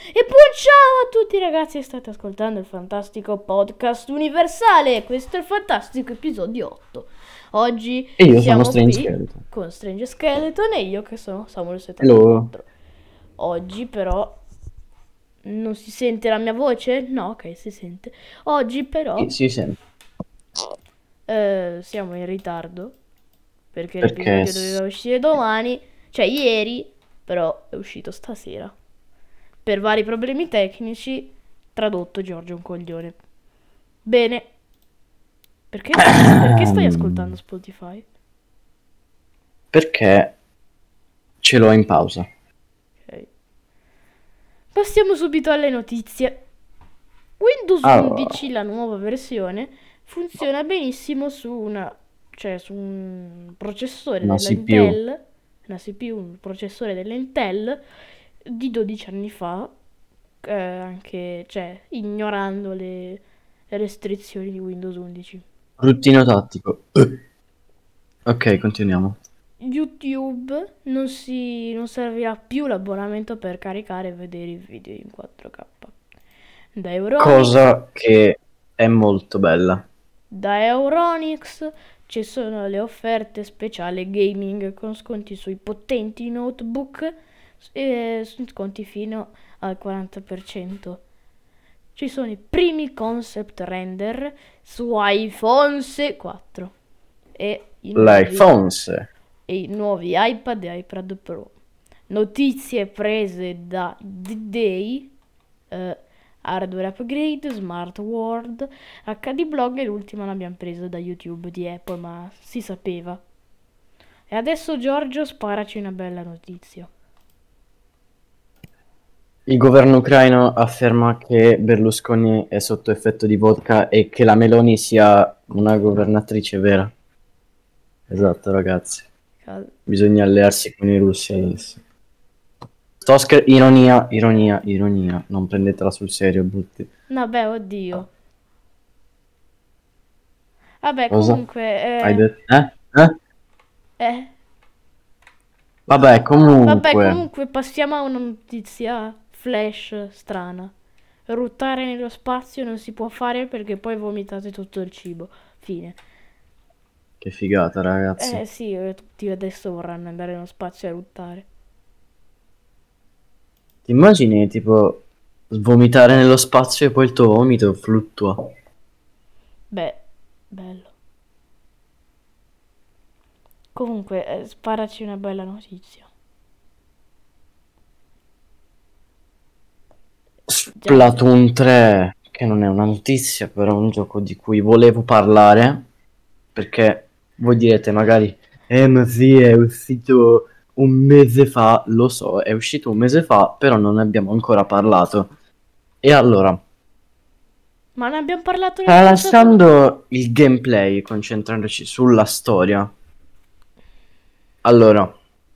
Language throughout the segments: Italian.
E buon ciao a tutti ragazzi, state ascoltando il fantastico podcast universale. Questo è il fantastico episodio 8. Oggi E io sono siamo Strange qui Skeleton. con Strange Skeleton e io che sono Hello. Samuel74. Oggi però non si sente la mia voce? No, ok, si sente. Oggi però Sì, sento. siamo in ritardo perché Perché l'episodio doveva uscire domani, cioè ieri, però è uscito stasera. Per vari problemi tecnici, tradotto Giorgio è un coglione. Bene. Perché stai ascoltando Spotify? Perché ce l'ho in pausa. Ok. Passiamo subito alle notizie. Windows Allora, 11, la nuova versione, funziona benissimo su un processore una della CPU. Intel, una CPU, un processore dell'Intel di 12 anni fa, anche, cioè, ignorando le restrizioni di Windows 11. Routine tattico. Ok, continuiamo. YouTube non servirà più l'abbonamento per caricare e vedere i video in 4K. Da Euronics, Cosa che è molto bella. da Euronics ci sono le offerte speciali gaming con sconti sui potenti notebook e sconti fino al 40%. Ci sono i primi concept render su iPhone 4 e L'iPhones. i nuovi iPad e iPad Pro. Notizie prese da The Day, hardware upgrade, smart world, HD blog e l'ultima l'abbiamo presa da YouTube di Apple, ma si sapeva. E adesso Giorgio sparaci una bella notizia. Il governo ucraino afferma che Berlusconi è sotto effetto di vodka e che la Meloni sia una governatrice vera. Esatto, ragazzi. Bisogna allearsi con i russi adesso. Ironia. Non prendetela sul serio, brutti. Vabbè, oddio. Vabbè, Cosa? comunque, Hai detto? eh, Vabbè, vabbè, comunque. comunque passiamo a una notizia flash strana. Ruttare nello spazio non si può fare perché poi vomitate tutto il cibo. Fine. Che figata, ragazzi. Sì, tutti adesso vorranno andare nello spazio a ruttare. Ti immagini, tipo, vomitare nello spazio e poi il tuo vomito fluttua? Beh, bello. Comunque, sparaci una bella notizia. Splatoon 3, che non è una notizia, però è un gioco di cui volevo parlare, perché voi direte magari, ma sì, è uscito un mese fa, lo so, è uscito un mese fa, però non ne abbiamo ancora parlato. E allora, Ma ne abbiamo parlato la scorsa... tralasciando il gameplay, concentrandoci sulla storia, allora,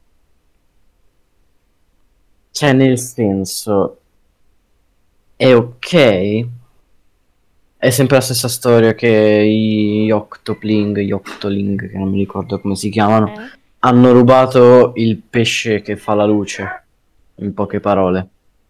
cioè nel senso, è ok, è sempre la stessa storia che gli Octoling, che non mi ricordo come si chiamano, hanno rubato il pesce che fa la luce, in poche parole.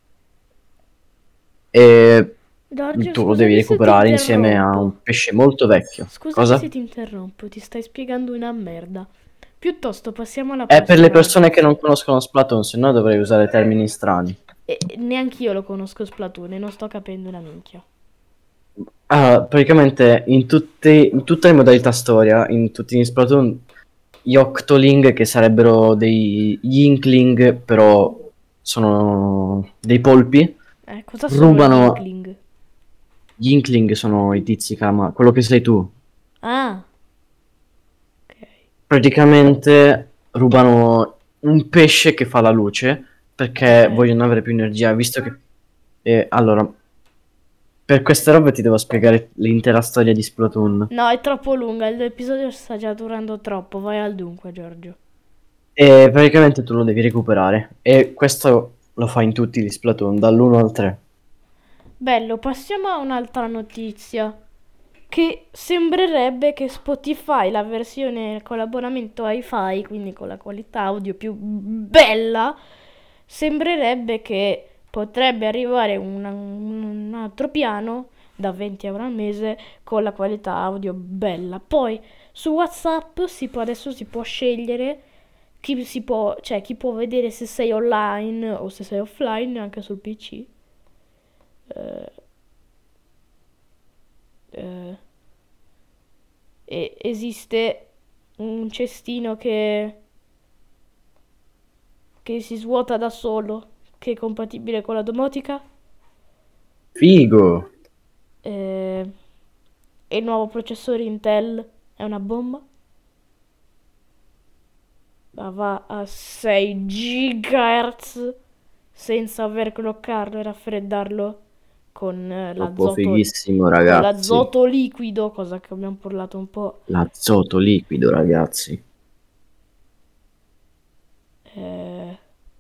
E Giorgio, tu lo devi scusami se ti recuperare insieme a interrompo. un pesce molto vecchio. Scusami se Cosa? ti interrompo, ti stai spiegando una merda. Piuttosto passiamo alla È per le prossima persone che notizia. non conoscono Splatoon, se no dovrei usare termini strani. E neanch'io lo conosco Splatoon e non sto capendo una minchia. Praticamente in tutte le modalità storia, in tutti gli Splatoon, gli Octoling, che sarebbero gli Inkling, però sono dei polpi, Cosa sono gli rubano. Inkling? Gli Inkling sono i tizi quello che sei tu. Ah, ok. Praticamente rubano un pesce che fa la luce perché Ok. vogliono avere più energia, visto che. Allora, per queste robe ti devo spiegare l'intera storia di Splatoon. No, è troppo lunga, l'episodio sta già durando troppo, vai al dunque, Giorgio. E praticamente tu lo devi recuperare. E questo lo fai in tutti gli Splatoon, dall'1 al 3. Bello, passiamo a un'altra notizia. Che sembrerebbe che Spotify, la versione con l'abbonamento hi-fi, quindi con la qualità audio più bella, sembrerebbe che potrebbe arrivare un altro piano da 20 euro al mese con la qualità audio bella. Poi su WhatsApp adesso si può scegliere chi può vedere se sei online o se sei offline anche sul PC. Eh, eh, e esiste un cestino che si svuota da solo, che è compatibile con la domotica. Figo. E il nuovo processore Intel è una bomba. Ma va a 6 GHz senza overclockarlo e raffreddarlo con Troppo l'azoto, fighissimo, con ragazzi. l'azoto liquido, cosa che abbiamo parlato un po'. L'azoto liquido, ragazzi. eh,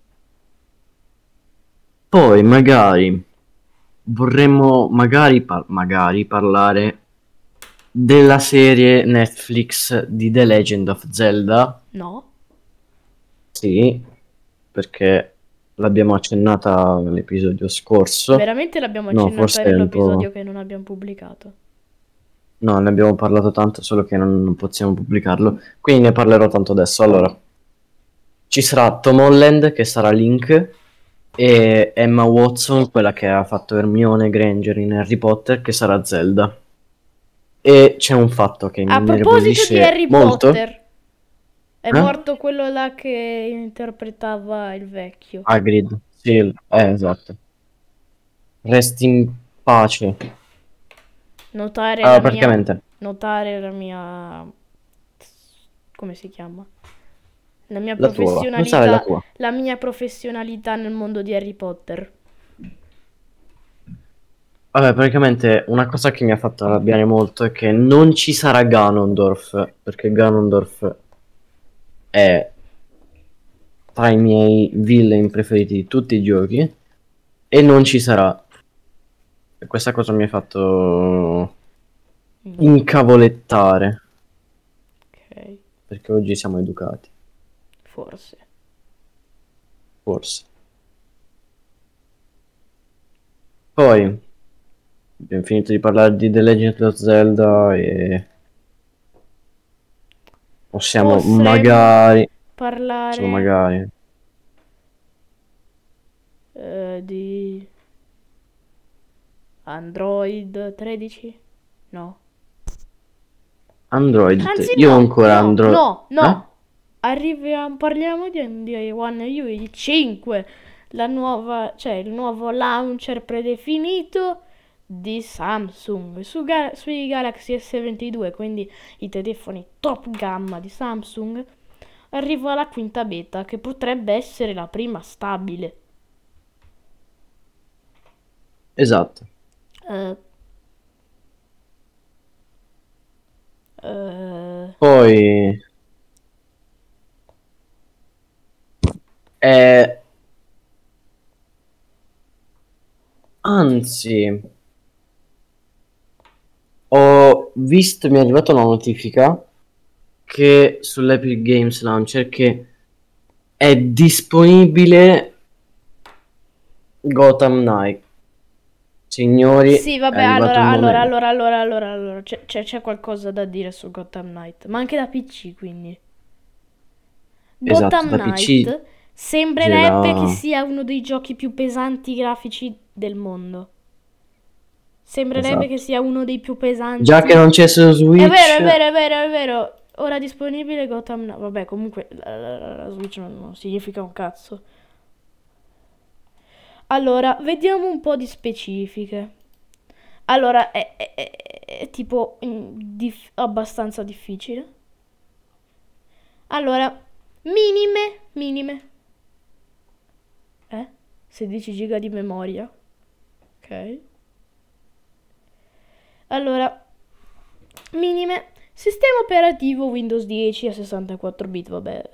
Poi magari vorremmo magari parlare della serie Netflix di The Legend of Zelda. no, Sì, perché l'abbiamo accennata nell'episodio scorso. veramente l'abbiamo No, accennata forse è un po'. nell'episodio che non abbiamo pubblicato. No, ne abbiamo parlato tanto, solo che non possiamo pubblicarlo. Quindi ne parlerò tanto adesso. Allora, ci sarà Tom Holland, che sarà Link, e Emma Watson, quella che ha fatto Hermione Granger in Harry Potter, che sarà Zelda. E c'è un fatto che mi A proposito di innervosisce Harry molto. Potter, è Eh? morto quello là che interpretava il vecchio. Hagrid. Sì, esatto. Resti in pace. Notare Allora, la mia, praticamente, notare la mia, come si chiama? La mia la tua. Non sarà la professionalità, tua. la mia professionalità nel mondo di Harry Potter. Vabbè, praticamente una cosa che mi ha fatto arrabbiare molto è che non ci sarà Ganondorf, perché Ganondorf è tra i miei villain preferiti di tutti i giochi e non ci sarà. E questa cosa mi ha fatto Mm, incavolettare, ok, perché oggi siamo educati, forse. forse. Poi abbiamo finito di parlare di The Legend of Zelda e possiamo Potremmo magari, solo parlare magari, di Android 13? No. Android, Anzi io ho no, ancora no, Android, no, no. Parliamo di One U, il 5, cioè il nuovo launcher predefinito di Samsung sui Galaxy S22, quindi i telefoni top gamma di Samsung. Arriva la quinta beta che potrebbe essere la prima stabile. esatto. Eh, eh, Poi eh, anzi, ho visto, mi è arrivata una notifica che sull'Epic Games Launcher che è disponibile Gotham Knight. Signori, sì, è vabbè, arrivato il momento. allora. C'è qualcosa da dire su Gotham Knight, ma anche da PC, quindi. Esatto, Gotham da PC Knight sembrerebbe che gira. sia uno dei giochi più pesanti grafici del mondo. Sembrerebbe che Esatto. sia uno dei più Già che pesanti. non c'è su È vero, Switch, è vero. Ora disponibile Gotham Knight. Vabbè, comunque la Switch non significa un cazzo. Allora, vediamo un po' di specifiche. Allora, è tipo abbastanza difficile. Allora, minime. 16 giga di memoria. Ok. Allora, minime. Sistema operativo Windows 10 a 64 bit, vabbè.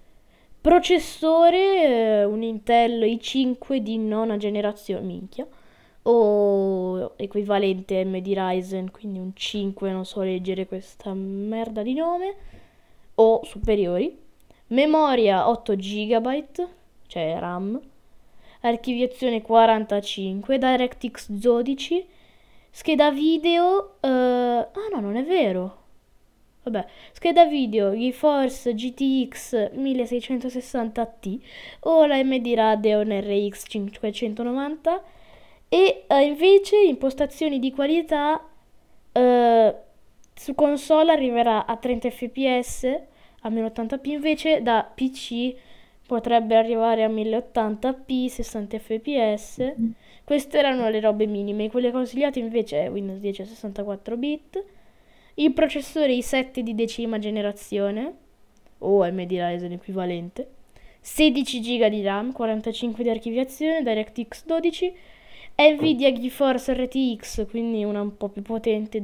Processore, un Intel i5 di nona generazione, minchia. O equivalente AMD Ryzen, quindi un 5, non so leggere questa merda di nome. O superiori. Memoria 8 GB, cioè RAM. archiviazione 45, DirectX 12, scheda video... ah no, non è vero. Vabbè, scheda video GeForce GTX 1660 Ti o la AMD Radeon RX 590 e invece impostazioni di qualità su console arriverà a 30 fps a 1080p, invece da PC potrebbe arrivare a 1080p 60 fps. Queste erano le robe minime, quelle consigliate invece è Windows 10 a 64 bit, il processore i7 di decima generazione o AMD Ryzen equivalente, 16 GB di RAM, 45 di archiviazione, DirectX 12, Nvidia GeForce RTX, quindi una un po' più potente,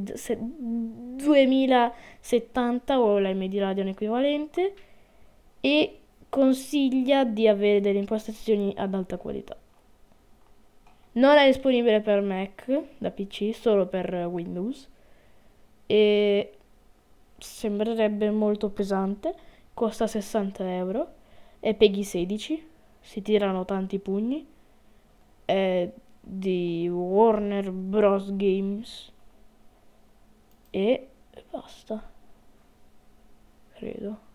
2070 o la AMD Radeon equivalente, e consiglia di avere delle impostazioni ad alta qualità. Non è disponibile per Mac da PC, solo per Windows, e sembrerebbe molto pesante, costa 60 euro, è Peggy 16, si tirano tanti pugni, è di Warner Bros. Games e basta, credo.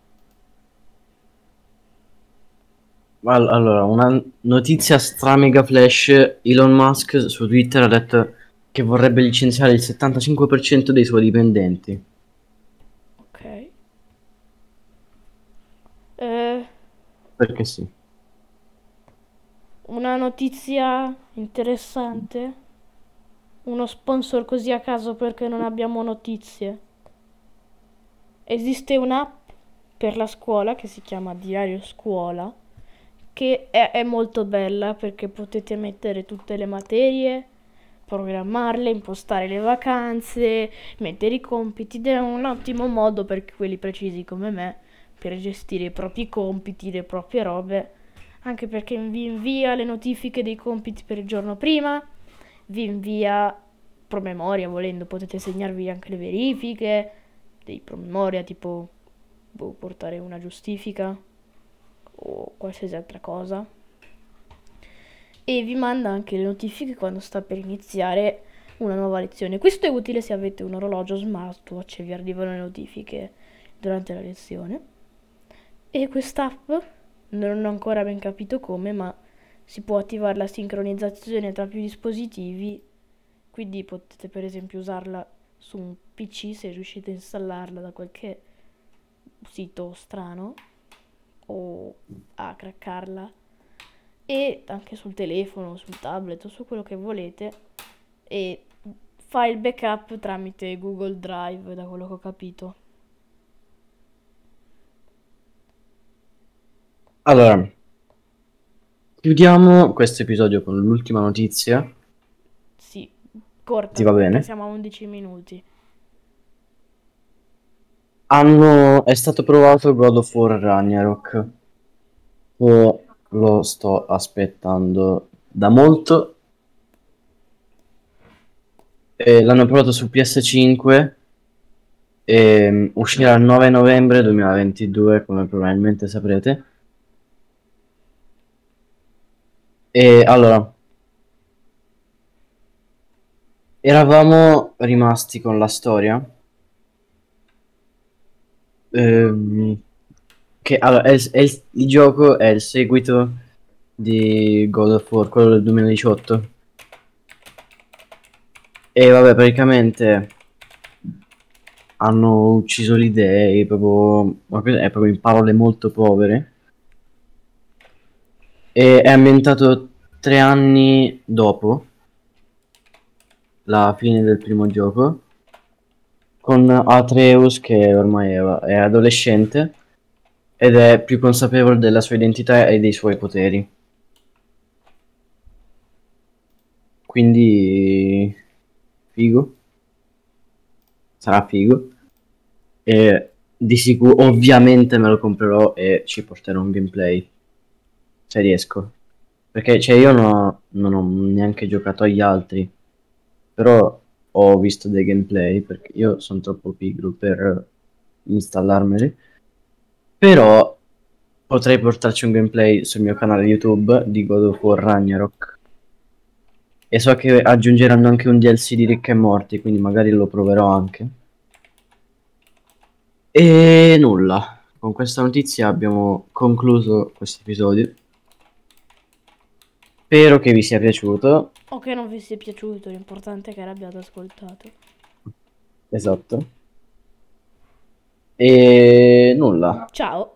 Allora, una notizia stra mega flash: Elon Musk su Twitter ha detto che vorrebbe licenziare il 75% dei suoi dipendenti. Ok. Eh, Perché sì. una notizia interessante, uno sponsor così a caso perché non abbiamo notizie. Esiste un'app per la scuola che si chiama Diario Scuola, che è molto bella perché potete mettere tutte le materie, programmarle, impostare le vacanze, mettere i compiti, ed è un ottimo modo per quelli precisi come me per gestire i propri compiti, le proprie robe, anche perché vi invia le notifiche dei compiti per il giorno prima, vi invia promemoria, volendo potete segnarvi anche le verifiche dei promemoria, tipo portare una giustifica o qualsiasi altra cosa, e vi manda anche le notifiche quando sta per iniziare una nuova lezione. Questo è utile se avete un orologio smartwatch e vi arrivano le notifiche durante la lezione. E quest'app non ho ancora ben capito come, ma si può attivare la sincronizzazione tra più dispositivi, quindi potete per esempio usarla su un PC se riuscite a installarla da qualche sito strano o a craccarla, e anche sul telefono, sul tablet o su quello che volete, e fa il backup tramite Google Drive, da quello che ho capito. Allora, chiudiamo questo episodio con l'ultima notizia. Sì, corta Ti va perché bene? siamo a 11 minuti. È stato provato God of War Ragnarok. Io lo sto aspettando da molto. L'hanno provato su PS5 e uscirà il 9 novembre 2022, come probabilmente saprete. E allora, eravamo rimasti con la storia. ehm, che allora, il gioco è il seguito di God of War, quello del 2018. E vabbè, praticamente hanno ucciso le idee, proprio, è proprio in parole molto povere. E è ambientato 3 anni dopo la fine del primo gioco, con Atreus che ormai è adolescente ed è più consapevole della sua identità e dei suoi poteri. Quindi figo, sarà figo. E di sicuro ovviamente me lo comprerò e ci porterò un gameplay se riesco. Perché cioè, io non ho neanche giocato agli altri, però ho visto dei gameplay perché io sono troppo pigro per installarmeli. Però potrei portarci un gameplay sul mio canale YouTube di God of War Ragnarok. E so che aggiungeranno anche un DLC di Rick e Morty, quindi magari lo proverò anche. E nulla, con questa notizia abbiamo concluso questo episodio. Spero che vi sia piaciuto. O che non vi sia piaciuto, l'importante è che l'abbiate ascoltato. Esatto. E nulla. Ciao!